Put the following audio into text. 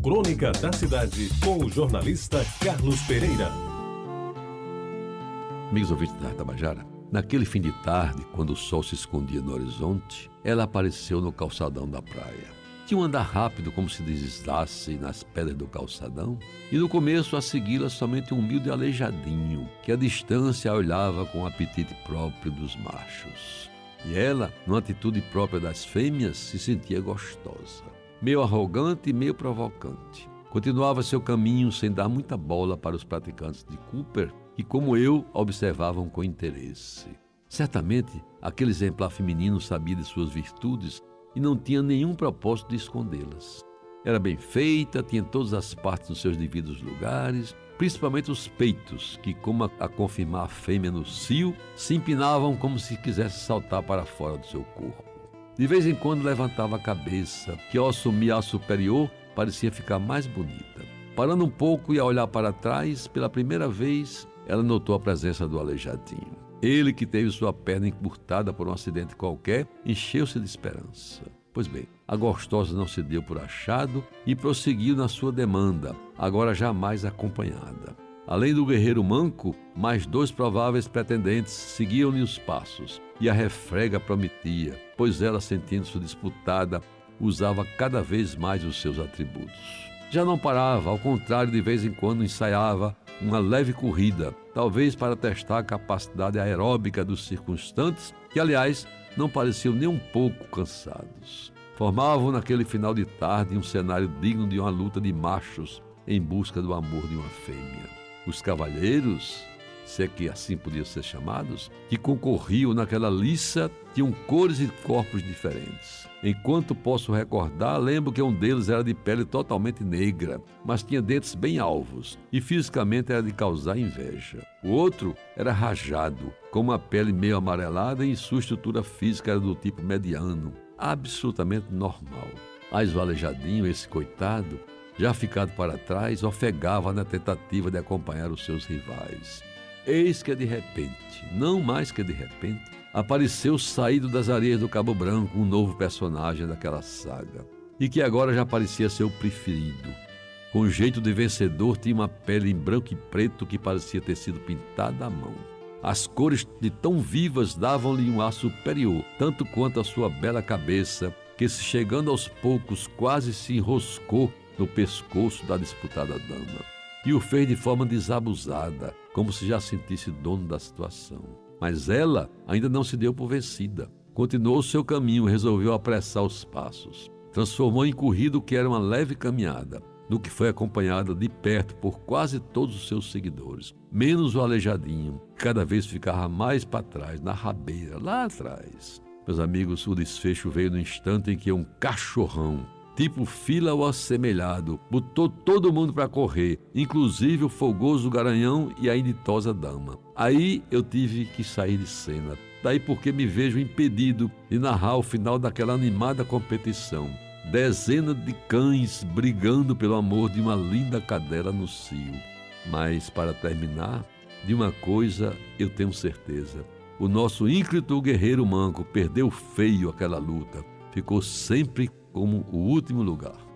Crônica da Cidade, com o jornalista Carlos Pereira. Amigos ouvintes da Tabajara, naquele fim de tarde, quando o sol se escondia no horizonte, ela apareceu no calçadão da praia. Tinha um andar rápido, como se deslizasse nas pedras do calçadão, e no começo a segui-la somente um humilde aleijadinho, que à distância a olhava com o apetite próprio dos machos. E ela, numa atitude própria das fêmeas, se sentia gostosa, meio arrogante e meio provocante. Continuava seu caminho sem dar muita bola para os praticantes de Cooper, que, como eu, observavam com interesse. Certamente, aquele exemplar feminino sabia de suas virtudes e não tinha nenhum propósito de escondê-las. Era bem feita, tinha todas as partes nos seus devidos lugares, principalmente os peitos, que, como a confirmar a fêmea no cio, se empinavam como se quisesse saltar para fora do seu corpo. De vez em quando levantava a cabeça, que ao assumir a superior, parecia ficar mais bonita. Parando um pouco e a olhar para trás, pela primeira vez, ela notou a presença do aleijadinho. Ele, que teve sua perna encurtada por um acidente qualquer, encheu-se de esperança. Pois bem, a gostosa não se deu por achado e prosseguiu na sua demanda, agora jamais acompanhada. Além do guerreiro manco, mais 2 prováveis pretendentes seguiam-lhe os passos, e a refrega prometia, pois ela, sentindo-se disputada, usava cada vez mais os seus atributos. Já não parava, ao contrário, de vez em quando ensaiava uma leve corrida, talvez para testar a capacidade aeróbica dos circunstantes, que, aliás, não pareciam nem um pouco cansados. Formavam naquele final de tarde um cenário digno de uma luta de machos em busca do amor de uma fêmea. Os cavalheiros, se é que assim podiam ser chamados, que concorriam naquela liça, tinham cores e corpos diferentes. Enquanto posso recordar, lembro que um deles era de pele totalmente negra, mas tinha dentes bem alvos, e fisicamente era de causar inveja. O outro era rajado, com uma pele meio amarelada e sua estrutura física era do tipo mediano, absolutamente normal. Mas o aleijadinho, esse coitado, já ficado para trás, ofegava na tentativa de acompanhar os seus rivais. Eis que de repente, não mais que de repente, apareceu saído das areias do Cabo Branco um novo personagem daquela saga, e que agora já parecia ser o preferido. Com jeito de vencedor, tinha uma pele em branco e preto que parecia ter sido pintada à mão. As cores de tão vivas davam-lhe um ar superior, tanto quanto a sua bela cabeça, que, se chegando aos poucos, quase se enroscou no pescoço da disputada dama, e o fez de forma desabusada, como se já sentisse dono da situação. Mas ela ainda não se deu por vencida. Continuou seu caminho e resolveu apressar os passos. Transformou em corrida o que era uma leve caminhada, no que foi acompanhada de perto por quase todos os seus seguidores, menos o aleijadinho, que cada vez ficava mais para trás, na rabeira, lá atrás. Meus amigos, o desfecho veio no instante em que um cachorrão, tipo fila ou assemelhado, botou todo mundo para correr, inclusive o fogoso garanhão e a inditosa dama. Aí eu tive que sair de cena, daí porque me vejo impedido de narrar o final daquela animada competição. Dezenas de cães brigando pelo amor de uma linda cadela no cio. Mas, para terminar, de uma coisa eu tenho certeza: o nosso ínclito guerreiro manco perdeu feio aquela luta, ficou sempre como o último lugar.